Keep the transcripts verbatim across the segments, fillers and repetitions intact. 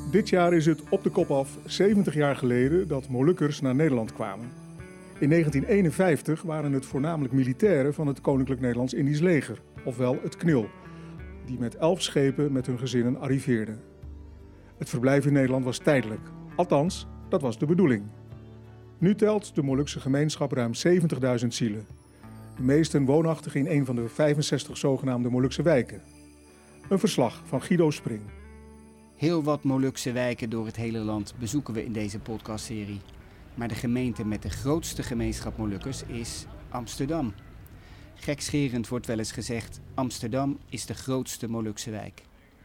Dit jaar is het op de kop af zeventig jaar geleden dat Molukkers naar Nederland kwamen. In negentien eenenvijftig waren het voornamelijk militairen van het Koninklijk Nederlands-Indisch Leger, ofwel het K N I L, die met elf schepen met hun gezinnen arriveerden. Het verblijf in Nederland was tijdelijk, althans, dat was de bedoeling. Nu telt de Molukse gemeenschap ruim zeventigduizend zielen. De meesten woonachtig in een van de vijfenzestig zogenaamde Molukse wijken. Een verslag van Guido Spring. Heel wat Molukse wijken door het hele land bezoeken we in deze podcastserie. Maar de gemeente met de grootste gemeenschap Molukkers is Amsterdam. Gekscherend wordt wel eens gezegd, Amsterdam is de grootste Molukse wijk.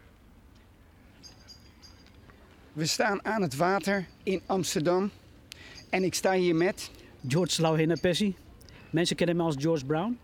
We staan aan het water in Amsterdam en ik sta hier met... George Lauhena Pessi. Mensen kennen me als George Brown.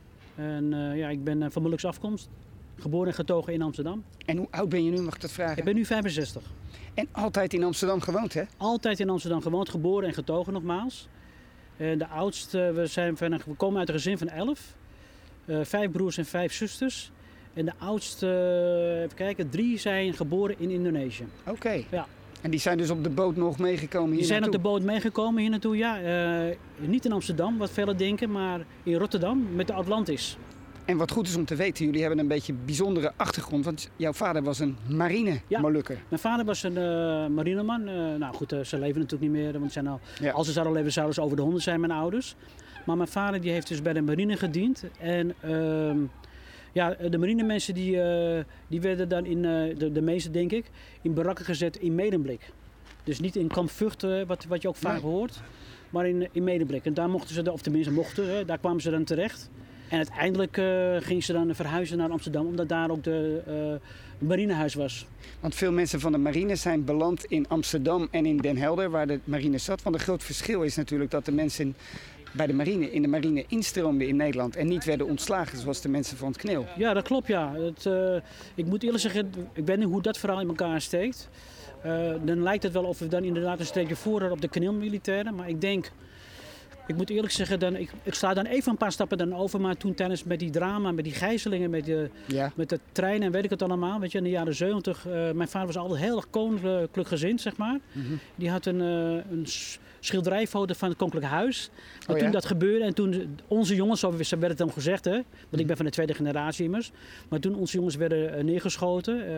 En uh, ja, ik ben van Molukse afkomst. Geboren en getogen in Amsterdam. En hoe oud ben je nu, mag ik dat vragen? Ik ben nu vijfenzestig. En altijd in Amsterdam gewoond, hè? Altijd in Amsterdam gewoond, geboren en getogen nogmaals. En de oudste, we, zijn van, we komen uit een gezin van elf. Uh, vijf broers en vijf zusters. En de oudste, uh, even kijken, drie zijn geboren in Indonesië. Oké. Okay. Ja. En die zijn dus op de boot nog meegekomen hier Die zijn naartoe? op de boot meegekomen hier naartoe, ja. Uh, niet in Amsterdam, wat velen denken, maar in Rotterdam met de Atlantis. En wat goed is om te weten, jullie hebben een beetje een bijzondere achtergrond. Want jouw vader was een marine-Molukker. Ja, mijn vader was een uh, marineman. Uh, nou goed, uh, ze leven natuurlijk niet meer. Want ze zijn al, ja. Als ze zouden leven, zouden ze over de honderd zijn, mijn ouders. Maar mijn vader die heeft dus bij de marine gediend. En uh, ja, de marinemensen die, uh, die werden dan in, uh, de, de meeste denk ik, in barakken gezet in Medemblik. Dus niet in kamp Vught, uh, wat, wat je ook vaak nee. hoort. Maar in, in Medemblik. En daar mochten ze, of tenminste mochten, hè, daar kwamen ze dan terecht. En uiteindelijk uh, gingen ze dan verhuizen naar Amsterdam, omdat daar ook de uh, marinehuis was. Want veel mensen van de marine zijn beland in Amsterdam en in Den Helder, waar de marine zat. Want een groot verschil is natuurlijk dat de mensen bij de marine, in de marine instroomden in Nederland en niet werden ontslagen zoals de mensen van het K N I L. Ja, dat klopt, ja. Het, uh, ik moet eerlijk zeggen, ik weet niet hoe dat verhaal in elkaar steekt. Uh, dan lijkt het wel of we dan inderdaad een streepje voor hadden op de K N I L-militairen, maar ik denk... Ik moet eerlijk zeggen, dan, ik, ik sla dan even een paar stappen dan over. Maar toen tijdens met die drama, met die gijzelingen, met de, ja. met de trein en weet ik het allemaal. Weet je, in de jaren zeventig. Uh, mijn vader was altijd heel erg koninklijk gezind, zeg maar. Mm-hmm. Die had een, uh, een schilderijfoto van het koninklijk huis. Maar oh, toen ja? dat gebeurde en toen onze jongens, zo werd het dan gezegd, hè. Want mm-hmm. ik ben van de tweede generatie immers. Maar toen onze jongens werden uh, neergeschoten... Uh,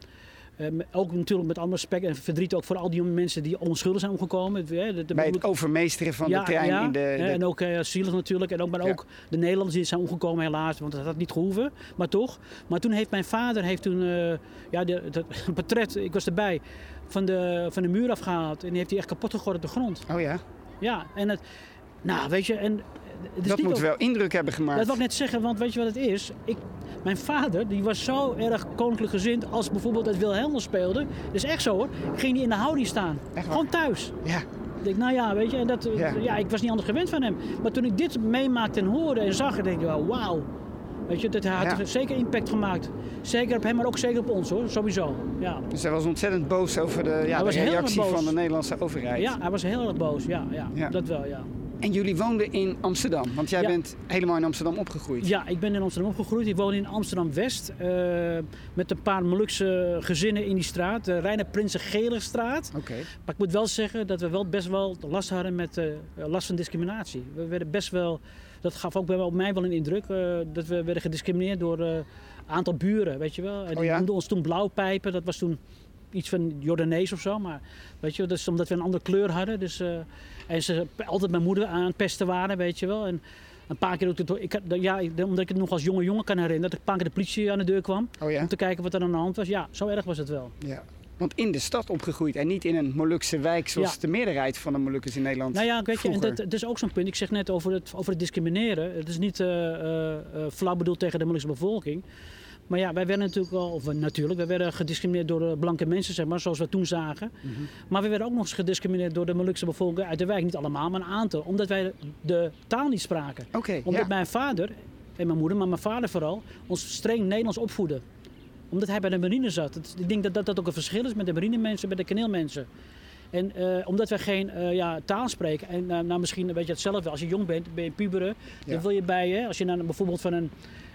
Uh, ook natuurlijk met alle respect en verdriet ook voor al die mensen die onschuldig zijn omgekomen. De, de, de, Bij het overmeesteren van ja, de trein ja, in de... de... En ook uh, zielig natuurlijk. En ook, maar ook ja. de Nederlanders die zijn omgekomen helaas, want dat had niet gehoeven. Maar toch. Maar toen heeft mijn vader heeft toen, uh, ja, de, de, het portret, ik was erbij, van de, van de muur afgehaald. En die heeft hij echt kapot gegooid op de grond. Oh ja? Ja, en het... Nou, weet je... En, het is dat niet moet ook, wel indruk hebben gemaakt. Dat wil ik net zeggen, want weet je wat het is? Ik, mijn vader die was zo erg koninklijk gezind als bijvoorbeeld het Wilhelmus speelde. Dat is echt zo hoor. Ging hij in de houding staan. Echt Gewoon thuis. Ja. Ik denk, nou ja, weet je, en dat, ja. ja, ik was niet anders gewend van hem. Maar toen ik dit meemaakte en hoorde en zag, denk ik, well, wauw. Weet je, dat had ja. zeker impact gemaakt. Zeker op hem, maar ook zeker op ons hoor, sowieso. Ja. Dus hij was ontzettend boos over de, ja, de reactie van de Nederlandse overheid. Ja, hij was heel erg boos, ja, ja, ja. dat wel, ja. En jullie woonden in Amsterdam, want jij ja. bent helemaal in Amsterdam opgegroeid. Ja, ik ben in Amsterdam opgegroeid. Ik woon in Amsterdam-West uh, met een paar Molukse gezinnen in die straat. De Reiner Prinsen Geligstraat. Okay. Maar ik moet wel zeggen dat we wel best wel last hadden met uh, last van discriminatie. We werden best wel, dat gaf ook op mij wel een indruk, uh, dat we werden gediscrimineerd door een uh, aantal buren, weet je wel. En die oh ja? noemden ons toen blauwpijpen, dat was toen... iets van Jordanees of zo, maar weet je, dat is omdat we een andere kleur hadden. Dus, uh, en ze altijd mijn moeder aan het pesten waren, weet je wel. En een paar keer, ik, ja, omdat ik het nog als jonge jongen kan herinneren, dat er een paar keer de politie aan de deur kwam. Oh ja? Om te kijken wat er aan de hand was. Ja, zo erg was het wel. Ja. Want in de stad opgegroeid en niet in een Molukse wijk zoals ja. de meerderheid van de Molukkers in Nederland. Nou ja, weet je, en dat, dat is ook zo'n punt. Ik zeg net over het, over het discrimineren. Het is niet uh, uh, uh, flauw bedoeld tegen de Molukse bevolking. Maar ja, wij werden natuurlijk wel, of natuurlijk, wij werden gediscrimineerd door de blanke mensen, zeg maar, zoals we toen zagen. Mm-hmm. Maar we werden ook nog eens gediscrimineerd door de Molukse bevolking uit de wijk. Niet allemaal, maar een aantal. Omdat wij de taal niet spraken. Okay, omdat ja. mijn vader, en mijn moeder, maar mijn vader vooral, ons streng Nederlands opvoedde. Omdat hij bij de marine zat. Het, ik denk dat, dat dat ook een verschil is met de marinemensen en met de K N I L-mensen. En uh, omdat wij geen uh, ja, taal spreken, en uh, nou misschien weet je hetzelfde, als je jong bent, ben je puberen, ja. dan wil je bij je, als je naar bijvoorbeeld van een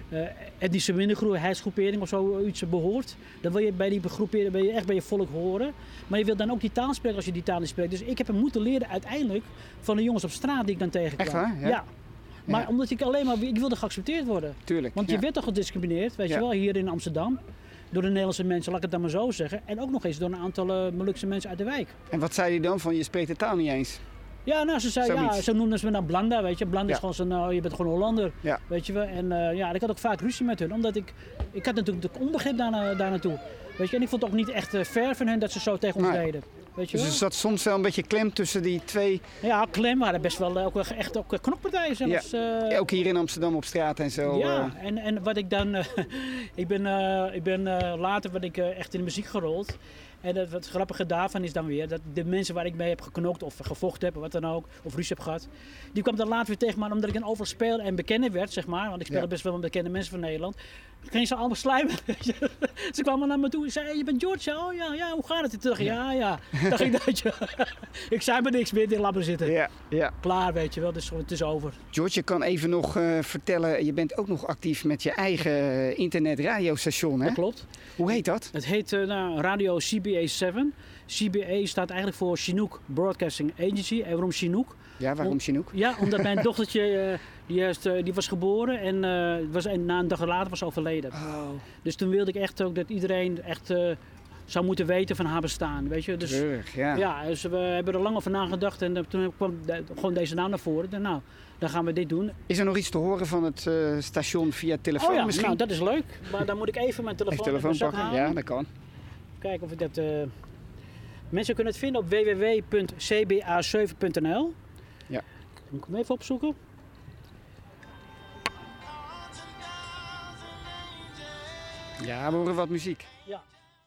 uh, etnische minderheidsgroepering of zoiets behoort. Dan wil je bij die groepering, ben je echt bij je volk horen. Maar je wilt dan ook die taal spreken als je die taal niet spreekt. Dus ik heb hem moeten leren uiteindelijk van de jongens op straat die ik dan tegenkwam. Echt waar? Ja. ja. Maar ja. omdat ik alleen maar, ik wilde geaccepteerd worden. Tuurlijk. Want je ja. werd toch gediscrimineerd, weet ja. je wel, hier in Amsterdam. Door de Nederlandse mensen, laat ik het dan maar zo zeggen. En ook nog eens door een aantal uh, Molukse mensen uit de wijk. En wat zei je dan van, je spreekt de taal niet eens? Ja, nou, ze zei, ja, zo noemden ze me dan Blanda, weet je. Blanda ja. is gewoon zo'n, uh, je bent gewoon Hollander, ja. weet je wel. En uh, ja, ik had ook vaak ruzie met hun, omdat ik, ik had natuurlijk de onbegrip daar, daar naartoe. Weet je, en ik vond het ook niet echt uh, fair van hen dat ze zo tegen ons nee. deden. Weet je dus wel? er zat soms wel een beetje klem tussen die twee... Ja, klem waren best wel ook echt ook knokpartijen zelfs. Ja. Uh, ook hier in Amsterdam op straat en zo. Ja, uh... en, en wat ik dan... Uh, ik ben, uh, ik ben uh, later ben ik, uh, echt in de muziek gerold. En het, het grappige daarvan is dan weer dat de mensen waar ik mee heb geknokt of gevochten heb, wat dan ook, of ruzie heb gehad, die kwam dan later weer tegen me omdat ik dan overal speelde en bekender werd, zeg maar. Want ik speelde ja. best wel met bekende mensen van Nederland. Dan ging ze allemaal slijmen. Ze kwamen naar me toe en zeiden, je bent George? Oh ja, ja, hoe gaat het? Terug? Ja, ja. Dan ging dat je. Ik zei maar niks meer, laat me zitten. Ja, ja. Klaar, weet je wel, dus het is over. George, je kan even nog uh, vertellen, je bent ook nog actief met je eigen internetradiostation, hè? Dat klopt. Hoe heet dat? Het heet uh, nou, Radio C B A zeven. C B A staat eigenlijk voor Chinook Broadcasting Agency. En waarom Chinook? Ja, waarom Om, Chinook? Ja, omdat mijn dochtertje, uh, die, heeft, uh, die was geboren en, uh, was, en na een dag later was ze overleden. Oh. Dus toen wilde ik echt ook dat iedereen echt uh, zou moeten weten van haar bestaan. Weet je? Dus, Terug, ja. Ja, dus we hebben er lang over nagedacht en uh, toen kwam de, gewoon deze naam naar voren. En nou, dan gaan we dit doen. Is er nog iets te horen van het uh, station via telefoon oh ja, misschien? Nou, dat is leuk. Maar dan moet ik even mijn telefoon, even telefoon pakken. halen. Ja, dat kan. Kijken of ik dat... Uh... Mensen kunnen het vinden op w w w punt c b a zeven punt n l. Ja. Moet ik hem even opzoeken? Ja, we horen wat muziek. Ja.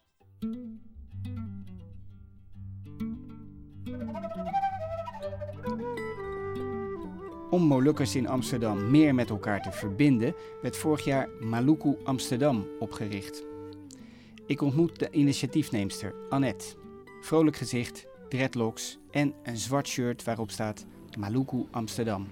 Om Molukkers in Amsterdam meer met elkaar te verbinden, werd vorig jaar Maluku Amsterdam opgericht. Ik ontmoet de initiatiefneemster Annette. Vrolijk gezicht, dreadlocks en een zwart shirt waarop staat Maluku Amsterdam.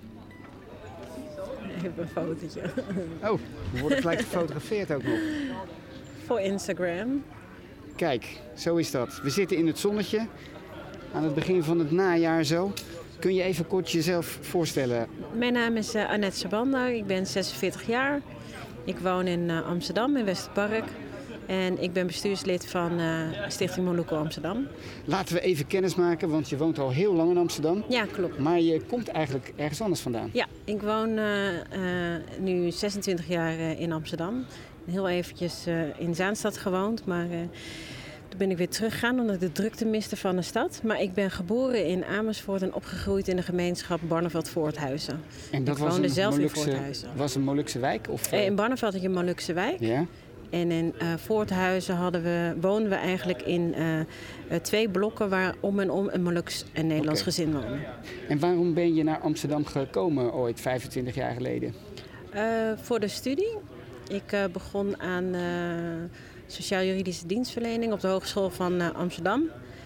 Ik heb een fotootje. Oh, we worden gelijk gefotografeerd ook nog. Voor Instagram. Kijk, zo is dat. We zitten in het zonnetje aan het begin van het najaar zo. Kun je even kort jezelf voorstellen? Mijn naam is uh, Annette Sabanda, ik ben zesenveertig jaar. Ik woon in uh, Amsterdam, in Westerpark. En ik ben bestuurslid van uh, Stichting Maluku Amsterdam. Laten we even kennis maken, want je woont al heel lang in Amsterdam. Ja, klopt. Maar je komt eigenlijk ergens anders vandaan. Ja, ik woon uh, uh, nu zesentwintig jaar uh, in Amsterdam. Heel eventjes uh, in Zaanstad gewoond, maar uh, toen ben ik weer teruggegaan omdat ik de drukte miste van de stad. Maar ik ben geboren in Amersfoort en opgegroeid in de gemeenschap Barneveld-Voorthuizen. En dat ik was woonde een zelf Molukse, in Voorthuizen. was een Molukse wijk? Of, uh... In Barneveld had je een Molukse wijk. Ja. En in uh, Voorthuizen hadden we, woonden we eigenlijk in uh, uh, twee blokken waar om en om een Moluks en Nederlands okay. gezin woonde. En waarom ben je naar Amsterdam gekomen ooit, vijfentwintig jaar geleden? Uh, voor de studie. Ik uh, begon aan uh, sociaal-juridische dienstverlening op de Hogeschool van uh, Amsterdam.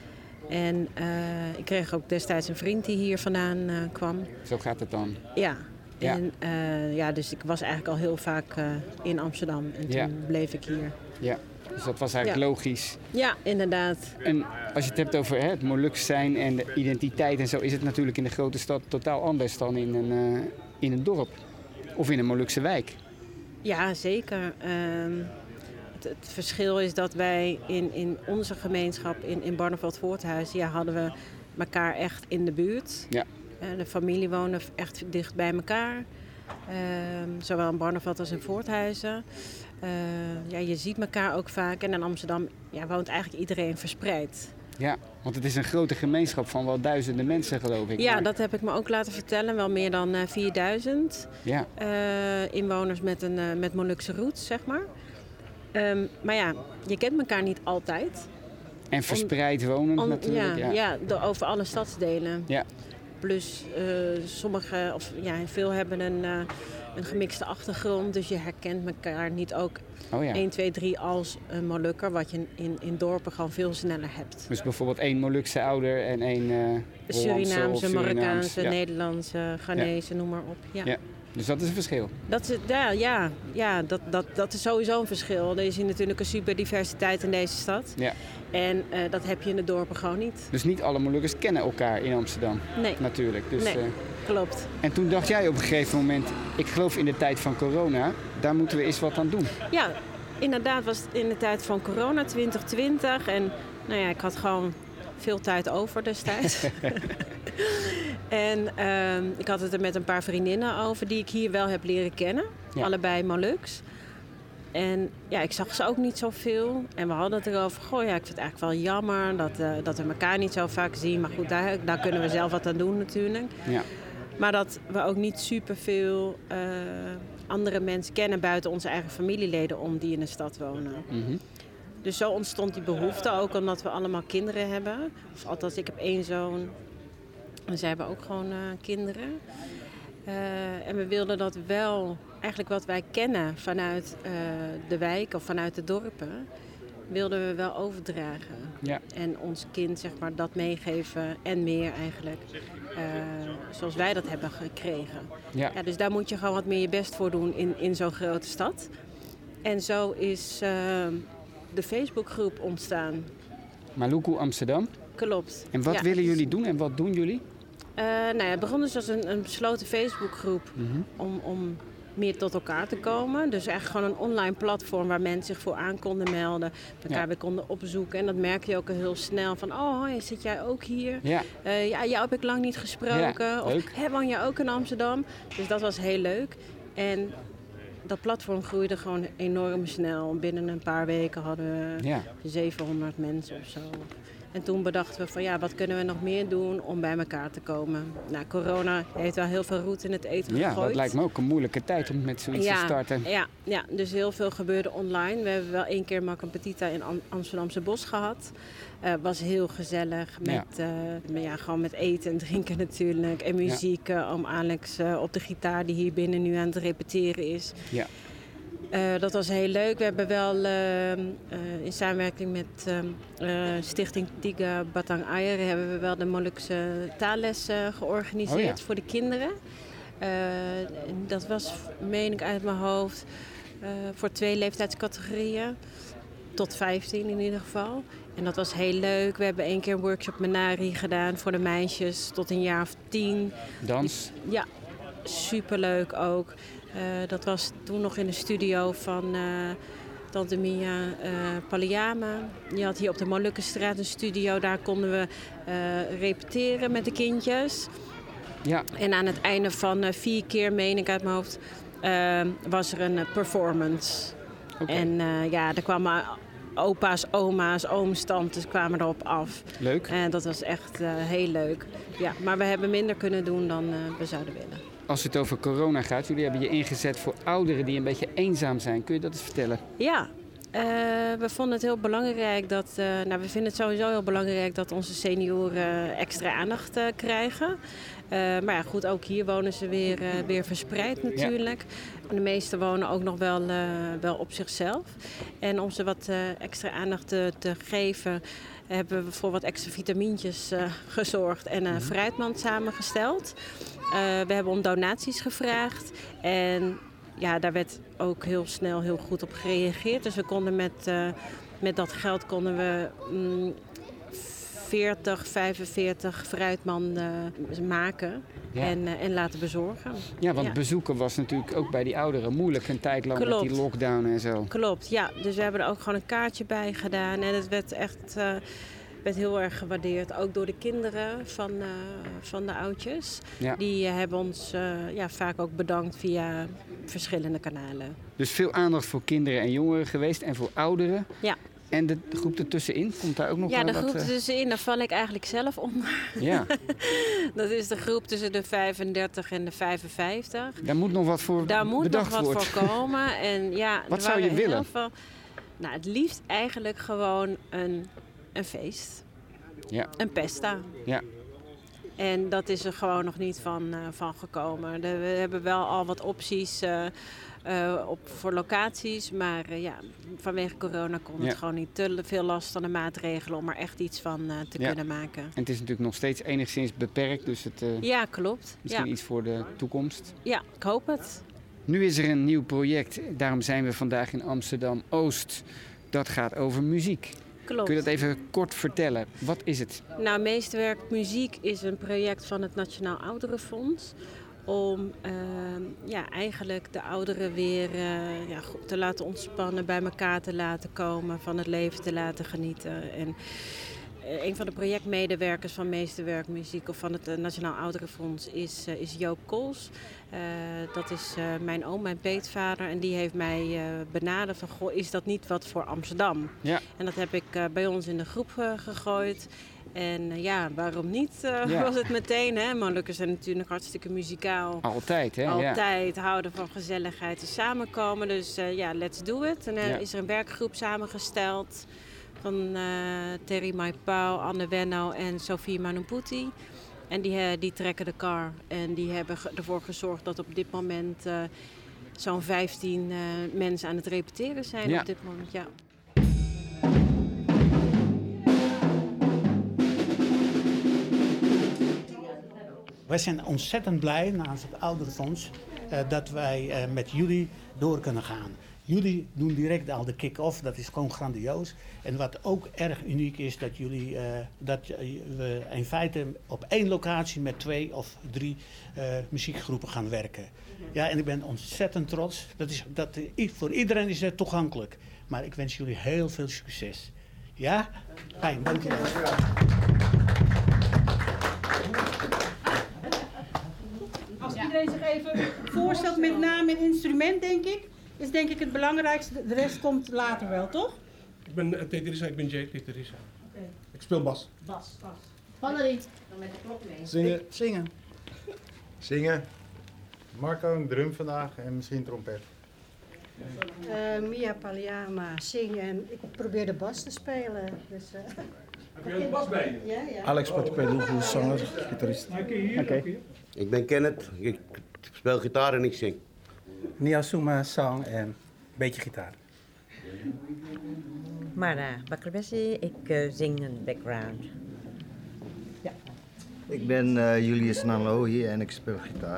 En uh, ik kreeg ook destijds een vriend die hier vandaan uh, kwam. Zo gaat het dan? Ja. Ja. En, uh, ja, dus ik was eigenlijk al heel vaak uh, in Amsterdam en toen ja. bleef ik hier. Ja, dus dat was eigenlijk ja. logisch. Ja, inderdaad. En als je het hebt over hè, het Moluks zijn en de identiteit en zo, is het natuurlijk in de grote stad totaal anders dan in een, uh, in een dorp of in een Molukse wijk. Ja, zeker. Uh, het, het verschil is dat wij in, in onze gemeenschap in, in Barneveld-Voorthuizen, ja, hadden we elkaar echt in de buurt. Ja. De familie woonde echt dicht bij elkaar, uh, zowel in Barneveld als in Voorthuizen. Uh, ja, je ziet elkaar ook vaak en in Amsterdam ja, woont eigenlijk iedereen verspreid. Ja, want het is een grote gemeenschap van wel duizenden mensen, geloof ik. Ja, maar... dat heb ik me ook laten vertellen. Wel meer dan uh, vierduizend ja. uh, inwoners met, een, uh, met Molukse roots, zeg maar. Um, maar ja, je kent elkaar niet altijd. En verspreid om, wonen om, natuurlijk. Ja, ja. ja, over alle stadsdelen. Ja. Plus uh, sommige, of ja, veel hebben een, uh, een gemixte achtergrond. Dus je herkent elkaar niet ook oh ja. één, twee, drie als een Molukker. Wat je in, in dorpen gewoon veel sneller hebt. Dus bijvoorbeeld één Molukse ouder en één uh, Surinaamse, Surinaamse, Marokkaanse, ja. Nederlandse, Ghanese, ja. noem maar op. Ja. Ja. Dus dat is een verschil? Dat is, ja, ja, ja dat, dat, dat is sowieso een verschil. Er is hier natuurlijk een super diversiteit in deze stad. Ja. En uh, dat heb je in de dorpen gewoon niet. Dus niet alle Molukkers kennen elkaar in Amsterdam? Nee. Natuurlijk. Dus, nee, uh... klopt. En toen dacht jij op een gegeven moment, ik geloof in de tijd van corona, daar moeten we eens wat aan doen. Ja, inderdaad was het in de tijd van corona twintig twintig. En nou ja, ik had gewoon veel tijd over destijds. En uh, ik had het er met een paar vriendinnen over die ik hier wel heb leren kennen. Ja. Allebei Moluks. En ja, ik zag ze ook niet zoveel. En we hadden het erover, goh ja, ik vind het eigenlijk wel jammer dat, uh, dat we elkaar niet zo vaak zien. Maar goed, daar, daar kunnen we zelf wat aan doen natuurlijk. Ja. Maar dat we ook niet superveel uh, andere mensen kennen buiten onze eigen familieleden om die in de stad wonen. Mm-hmm. Dus zo ontstond die behoefte ook omdat we allemaal kinderen hebben. Of althans, ik heb één zoon en zij hebben ook gewoon uh, kinderen. Uh, en we wilden dat wel, eigenlijk wat wij kennen vanuit uh, de wijk of vanuit de dorpen, wilden we wel overdragen. Ja. En ons kind zeg maar dat meegeven en meer eigenlijk. Uh, zoals wij dat hebben gekregen. Ja. Ja, dus daar moet je gewoon wat meer je best voor doen in, in zo'n grote stad. En zo is uh, de Facebookgroep ontstaan. Maluku Amsterdam? Klopt. En wat ja, willen jullie doen en wat doen jullie? Uh, nou ja, het begon dus als een, een besloten Facebookgroep mm-hmm. om, om meer tot elkaar te komen. Dus eigenlijk gewoon een online platform waar mensen zich voor aan konden melden. Elkaar ja. weer konden opzoeken. En dat merk je ook heel snel van, oh hoi, zit jij ook hier? Ja. Uh, ja, jou heb ik lang niet gesproken. Ja, of hey, woon jij ook in Amsterdam? Dus dat was heel leuk. En dat platform groeide gewoon enorm snel. Binnen een paar weken hadden we ja. zevenhonderd mensen of zo. En toen bedachten we van ja, wat kunnen we nog meer doen om bij elkaar te komen. Nou, corona heeft wel heel veel roet in het eten ja, gegooid. Ja, dat lijkt me ook een moeilijke tijd om met zoiets ja, te starten. Ja, ja, dus heel veel gebeurde online. We hebben wel één keer Makka Petita in Am- Amsterdamse Bos gehad. Het uh, was heel gezellig met, ja. Uh, ja, gewoon met eten en drinken natuurlijk. En muziek, ja. uh, oom Alex uh, op de gitaar die hier binnen nu aan het repeteren is. Ja. Uh, dat was heel leuk. We hebben wel uh, uh, in samenwerking met uh, uh, Stichting Tiga Batang Air hebben we wel de Molukse taalles uh, georganiseerd oh ja. voor de kinderen. Uh, dat was, meen ik uit mijn hoofd, uh, voor twee leeftijdscategorieën. Tot vijftien in ieder geval. En dat was heel leuk. We hebben één keer een workshop Menari gedaan voor de meisjes tot een jaar of tien. Dans? Ja, superleuk ook. Uh, dat was toen nog in de studio van uh, Tante Mia uh, Paliama. Die had hier op de Molukkenstraat een studio. Daar konden we uh, repeteren met de kindjes. Ja. En aan het einde van uh, vier keer, meen ik uit mijn hoofd, uh, was er een uh, performance. Okay. En uh, ja, er kwamen opa's, oma's, ooms, tantes kwamen erop af. Leuk. En uh, dat was echt uh, heel leuk. Ja, maar we hebben minder kunnen doen dan uh, we zouden willen. Als het over corona gaat, jullie hebben je ingezet voor ouderen die een beetje eenzaam zijn. Kun je dat eens vertellen? Ja, uh, we vonden het heel belangrijk dat, uh, nou we vinden het sowieso heel belangrijk dat onze senioren extra aandacht uh, krijgen. Uh, maar ja, goed, ook hier wonen ze weer, uh, weer verspreid natuurlijk. Ja. De meesten wonen ook nog wel, uh, wel op zichzelf. En om ze wat uh, extra aandacht te, te geven, hebben we voor wat extra vitamintjes uh, gezorgd en een fruitmand samengesteld. Uh, we hebben om donaties gevraagd en ja, daar werd ook heel snel heel goed op gereageerd. Dus we konden met, uh, met dat geld konden we um, veertig, vijfenveertig fruitmanden maken ja. en, uh, en laten bezorgen. Ja, want ja. bezoeken was natuurlijk ook bij die ouderen moeilijk een tijd lang Klopt. met die lockdown en zo. Klopt, ja. Dus we hebben er ook gewoon een kaartje bij gedaan en het werd echt... Uh, werd heel erg gewaardeerd, ook door de kinderen van, uh, van de oudjes. Ja. Die uh, hebben ons uh, ja, vaak ook bedankt via verschillende kanalen. Dus veel aandacht voor kinderen en jongeren geweest en voor ouderen. Ja. En de groep ertussenin, komt daar ook nog ja, wel wat? Ja, de groep uh... ertussenin, daar val ik eigenlijk zelf onder. Ja. Dat is de groep tussen de vijfendertig en de vijfenvijftig. Daar moet nog wat voor Daar moet bedacht nog wat worden. voor komen. En ja, wat zou je willen? Veel, nou, het liefst eigenlijk gewoon een, een feest. Ja. Een pesta. Ja. En dat is er gewoon nog niet van, uh, van gekomen. De, we hebben wel al wat opties uh, uh, op, voor locaties. Maar uh, ja, vanwege corona kon het ja. gewoon niet te veel last van de maatregelen om er echt iets van uh, te ja. kunnen maken. En het is natuurlijk nog steeds enigszins beperkt. Dus het uh, ja, klopt. misschien ja. iets voor de toekomst. Ja, ik hoop het. Nu is er een nieuw project. Daarom zijn we vandaag in Amsterdam-Oost. Dat gaat over muziek. Klopt. Kun je dat even kort vertellen? Wat is het? Nou, Meesterwerk Muziek is een project van het Nationaal Ouderenfonds. Om uh, ja, eigenlijk de ouderen weer uh, ja, te laten ontspannen, bij elkaar te laten komen, van het leven te laten genieten. En uh, een van de projectmedewerkers van Meesterwerk Muziek of van het uh, Nationaal Ouderenfonds is, uh, is Joop Kools. Uh, dat is uh, mijn oom, mijn peetvader. En die heeft mij uh, benaderd van, goh, is dat niet wat voor Amsterdam? Ja. En dat heb ik uh, bij ons in de groep uh, gegooid. En uh, ja, waarom niet, uh, ja. was het meteen. Hè? Molukkers zijn natuurlijk hartstikke muzikaal. Altijd, hè? Altijd ja. houden van gezelligheid en samenkomen. Dus uh, ja, let's do it. En uh, ja. is er een werkgroep samengesteld van uh, Terry Maipau, Anne Wenno en Sophie Manumputi. En die, uh, die trekken de kar. En die hebben ge- ervoor gezorgd dat op dit moment uh, zo'n vijftien uh, mensen aan het repeteren zijn. Ja. Op dit moment, ja. Wij zijn ontzettend blij namens het Ouderenfonds uh, dat wij uh, met jullie door kunnen gaan. Jullie doen direct al de kick-off, dat is gewoon grandioos. En wat ook erg uniek is, dat jullie uh, dat we in feite op één locatie met twee of drie uh, muziekgroepen gaan werken. Ja, en ik ben ontzettend trots. Dat is, dat, uh, voor iedereen is het toegankelijk. Maar ik wens jullie heel veel succes. Ja? Fijn, dank je wel. Als iedereen zich even voorstelt met naam en instrument, denk ik, is denk ik het belangrijkste. De rest komt later wel, toch? Ik ben uh, Teterissa, ik ben Jay Teterissa. Okay. Ik speel bas. Bas, bas. Valerie. Dan met de klok mee. Zingen. Ik, zingen. Zingen. Marco een drum vandaag en misschien trompet. Uh, Mia Paliama zingen en ik probeer de bas te spelen. Dus, uh, Heb je een bas bij je? Ja, ja. Alex Patipedou, zanger, gitarist. Oké, hier. Oké. Okay. Ik ben Kenneth, ik speel gitaar en ik zing. Nia Suma, zang en een beetje gitaar. Mara Bakkerbessi, ik uh, zing een background. Ja. Ik ben uh, Julius Nanlohi en ik speel gitaar.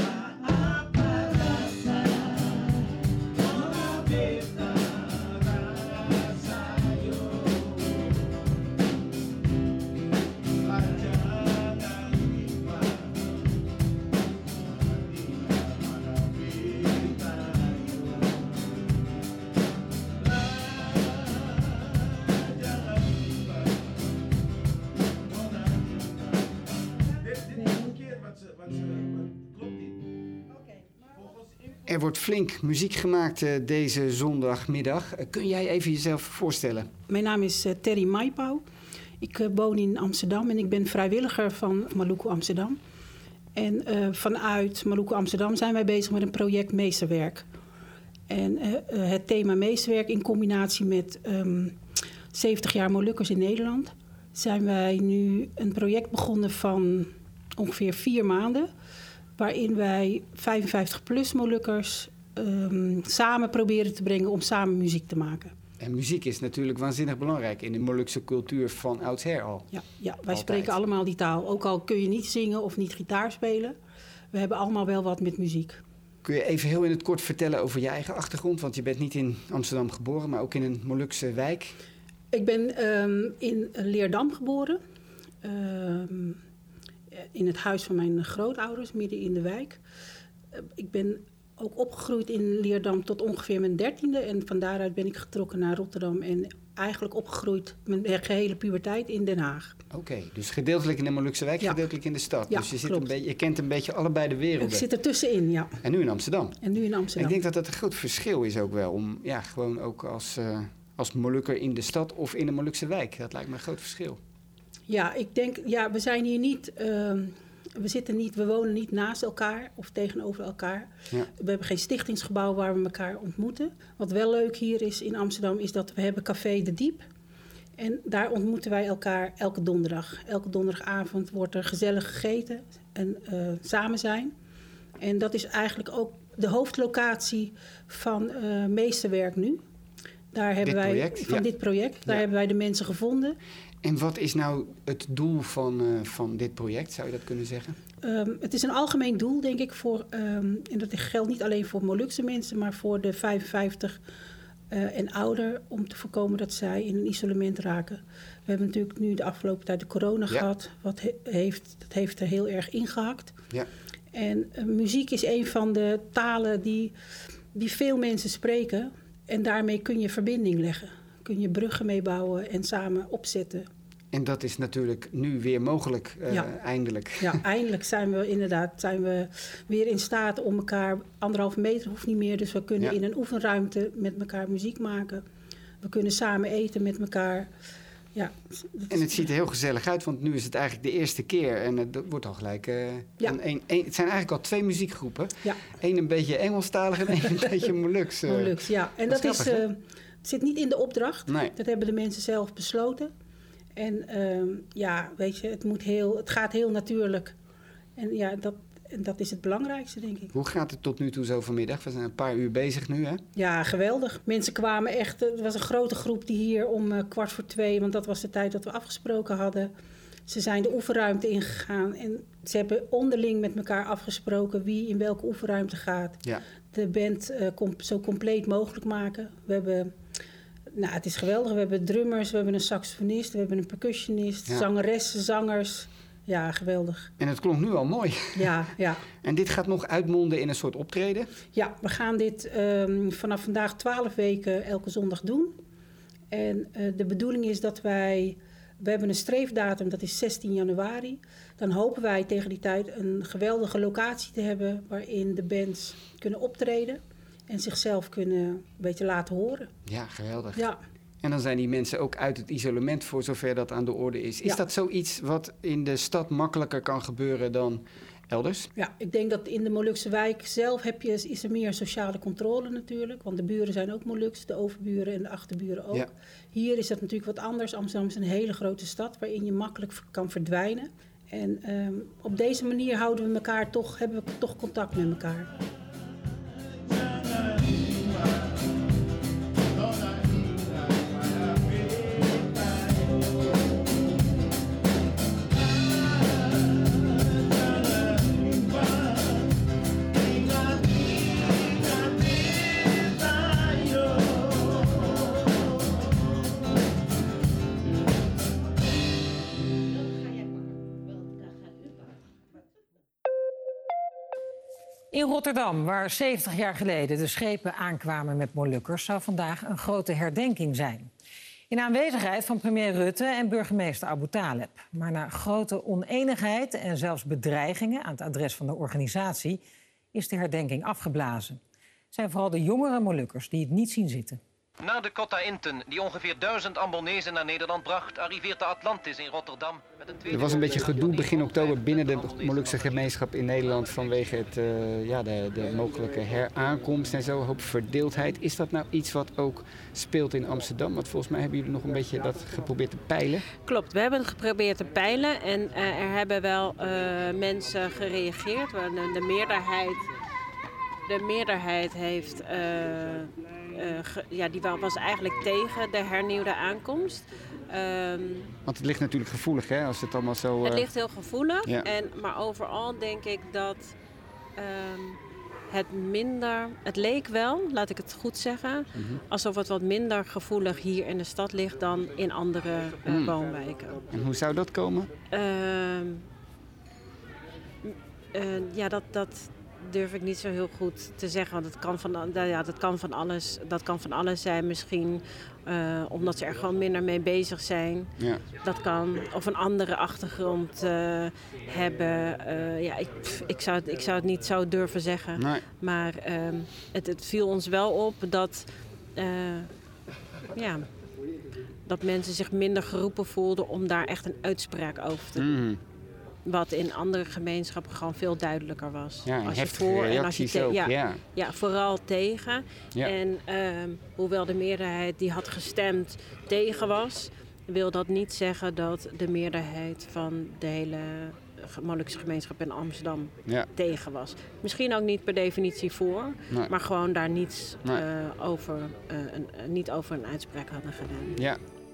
Er wordt flink muziek gemaakt uh, deze zondagmiddag. Uh, kun jij even jezelf voorstellen? Mijn naam is uh, Terry Maipau. Ik uh, woon in Amsterdam en ik ben vrijwilliger van Maluku Amsterdam. En uh, vanuit Maluku Amsterdam zijn wij bezig met een project Meesterwerk. En uh, uh, het thema Meesterwerk in combinatie met um, zeventig jaar Molukkers in Nederland... zijn wij nu een project begonnen van ongeveer vier maanden... waarin wij vijfenvijftig plus Molukkers um, samen proberen te brengen om samen muziek te maken. En muziek is natuurlijk waanzinnig belangrijk in de Molukse cultuur van oudsher al. Ja, ja wij Altijd. spreken allemaal die taal. Ook al kun je niet zingen of niet gitaar spelen. We hebben allemaal wel wat met muziek. Kun je even heel in het kort vertellen over je eigen achtergrond? Want je bent niet in Amsterdam geboren, maar ook in een Molukse wijk. Ik ben um, in Leerdam geboren. Um, in het huis van mijn grootouders, midden in de wijk. Uh, ik ben ook opgegroeid in Leerdam tot ongeveer mijn dertiende. En van daaruit ben ik getrokken naar Rotterdam. En eigenlijk opgegroeid mijn gehele puberteit in Den Haag. Oké, okay, dus gedeeltelijk in de Molukse wijk, ja. gedeeltelijk in de stad. Ja, dus je, zit klopt. een beetje, je kent een beetje allebei de werelden. Ik zit er tussenin, ja. En nu in Amsterdam. En nu in Amsterdam. En ik denk dat dat een groot verschil is ook wel. Om ja, gewoon ook als, uh, als Molukker in de stad of in een Molukse wijk. Dat lijkt me een groot verschil. Ja, ik denk, ja, we zijn hier niet... Uh, We zitten niet, we wonen niet naast elkaar of tegenover elkaar. Ja. We hebben geen stichtingsgebouw waar we elkaar ontmoeten. Wat wel leuk hier is in Amsterdam is dat we hebben Café De Diep. En daar ontmoeten wij elkaar elke donderdag. Elke donderdagavond wordt er gezellig gegeten en uh, samen zijn. En dat is eigenlijk ook de hoofdlocatie van uh, Meesterwerk nu. Daar hebben dit wij, project? van Ja. dit project. Daar ja. hebben wij de mensen gevonden. En wat is nou het doel van, uh, van dit project, zou je dat kunnen zeggen? Um, het is een algemeen doel, denk ik, voor, um, en dat geldt niet alleen voor Molukse mensen, maar voor de vijfenvijftig uh, en ouder, om te voorkomen dat zij in een isolement raken. We hebben natuurlijk nu de afgelopen tijd de corona ja. gehad, wat he- heeft, dat heeft er heel erg ingehakt. Ja. En uh, muziek is een van de talen die, die veel mensen spreken. En daarmee kun je verbinding leggen. Kun je bruggen mee bouwen en samen opzetten. En dat is natuurlijk nu weer mogelijk, uh, ja. eindelijk. Ja, eindelijk zijn we inderdaad zijn we weer in staat om elkaar... Anderhalve meter hoeft niet meer, dus we kunnen ja. in een oefenruimte met elkaar muziek maken. We kunnen samen eten met elkaar. Ja, en het ziet er heel gezellig uit, want nu is het eigenlijk de eerste keer. En het wordt al gelijk... Uh, ja. een, een, een, het zijn eigenlijk al twee muziekgroepen. Ja. Eén een beetje Engelstalig en één een beetje Moluks. Uh. Moluks, ja. En dat, dat is, grappig, is, uh, het zit niet in de opdracht. Nee. Dat hebben de mensen zelf besloten. En um, ja, weet je, het, moet heel, het gaat heel natuurlijk. En ja, dat, en dat is het belangrijkste, denk ik. Hoe gaat het tot nu toe zo vanmiddag? We zijn een paar uur bezig nu, hè? Ja, geweldig. Mensen kwamen echt... Er was een grote groep die hier om uh, kwart voor twee... want dat was de tijd dat we afgesproken hadden. Ze zijn de oefenruimte ingegaan. En ze hebben onderling met elkaar afgesproken... wie in welke oefenruimte gaat. Ja. De band uh, com- zo compleet mogelijk maken. We hebben... Nou, het is geweldig. We hebben drummers, we hebben een saxofonist... we hebben een percussionist, ja. zangeressen, zangers... Ja, geweldig. En het klonk nu al mooi. Ja, ja. En dit gaat nog uitmonden in een soort optreden? Ja, we gaan dit um, vanaf vandaag twaalf weken elke zondag doen. En uh, de bedoeling is dat wij... We hebben een streefdatum, dat is zestien januari. Dan hopen wij tegen die tijd een geweldige locatie te hebben... waarin de bands kunnen optreden en zichzelf kunnen een beetje laten horen. Ja, geweldig. Ja. En dan zijn die mensen ook uit het isolement voor zover dat aan de orde is. Is ja. dat zoiets wat in de stad makkelijker kan gebeuren dan elders? Ja, ik denk dat in de Molukse wijk zelf heb je, is er meer sociale controle natuurlijk. Want de buren zijn ook Moluks, de overburen en de achterburen ook. Ja. Hier is dat natuurlijk wat anders. Amsterdam is een hele grote stad waarin je makkelijk kan verdwijnen. En um, op deze manier houden we elkaar toch, hebben we toch contact met elkaar. In Rotterdam, waar zeventig jaar geleden de schepen aankwamen met Molukkers... zou vandaag een grote herdenking zijn. In aanwezigheid van premier Rutte en burgemeester Abu Taleb. Maar na grote oneenigheid en zelfs bedreigingen aan het adres van de organisatie... is de herdenking afgeblazen. Het zijn vooral de jongere Molukkers die het niet zien zitten. Na de Cotta Inten, die ongeveer duizend Ambonezen naar Nederland bracht... arriveert de Atlantis in Rotterdam. Met een tweede... Er was een beetje gedoe begin oktober binnen de Molukse gemeenschap in Nederland... vanwege het, uh, ja, de, de mogelijke heraankomst en zo, hoop verdeeldheid. Is dat nou iets wat ook speelt in Amsterdam? Want volgens mij hebben jullie nog een beetje dat geprobeerd te peilen. Klopt, we hebben het geprobeerd te peilen. En uh, er hebben wel uh, mensen gereageerd. De, de meerderheid... De meerderheid heeft, uh, uh, ge, ja, die was eigenlijk tegen de hernieuwde aankomst. Um, Want het ligt natuurlijk gevoelig, hè, als het allemaal zo... Uh... Het ligt heel gevoelig, ja. en, maar overal denk ik dat um, het minder... Het leek wel, laat ik het goed zeggen, mm-hmm. alsof het wat minder gevoelig hier in de stad ligt dan in andere uh, mm. woonwijken. En hoe zou dat komen? Uh, uh, ja, dat... dat durf ik niet zo heel goed te zeggen, want het kan van, ja, dat, kan van alles, dat kan van alles zijn. Misschien uh, omdat ze er gewoon minder mee bezig zijn. Ja. Dat kan. Of een andere achtergrond uh, hebben. Uh, ja, ik, ik, zou het, ik zou het niet zo durven zeggen. Nee. Maar uh, het, het viel ons wel op dat, uh, ja, dat mensen zich minder geroepen voelden om daar echt een uitspraak over te doen. Mm. Wat in andere gemeenschappen gewoon veel duidelijker was. Ja, als je voor en als je te- ook, ja, ja. ja, vooral tegen. Ja. En uh, hoewel de meerderheid die had gestemd tegen was, wil dat niet zeggen dat de meerderheid van de hele Molukse gemeenschap in Amsterdam ja. tegen was. Misschien ook niet per definitie voor, nee. maar gewoon daar niets, nee. uh, over, uh, een, uh, niet over een uitspraak hadden gedaan. Ja.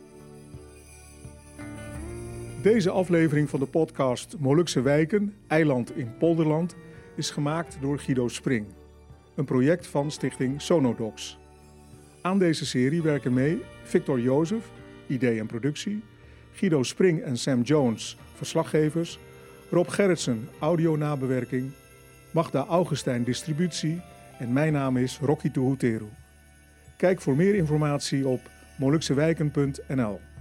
Deze aflevering van de podcast Molukse Wijken, Eiland in Polderland is gemaakt door Guido Spring. Een project van stichting Sonodox. Aan deze serie werken mee Victor Jozef, idee en productie, Guido Spring en Sam Jones, verslaggevers, Rob Gerritsen, audio-nabewerking, Magda Augustijn, distributie en mijn naam is Rocky Tuhuteru. Kijk voor meer informatie op moluksewijken punt n l.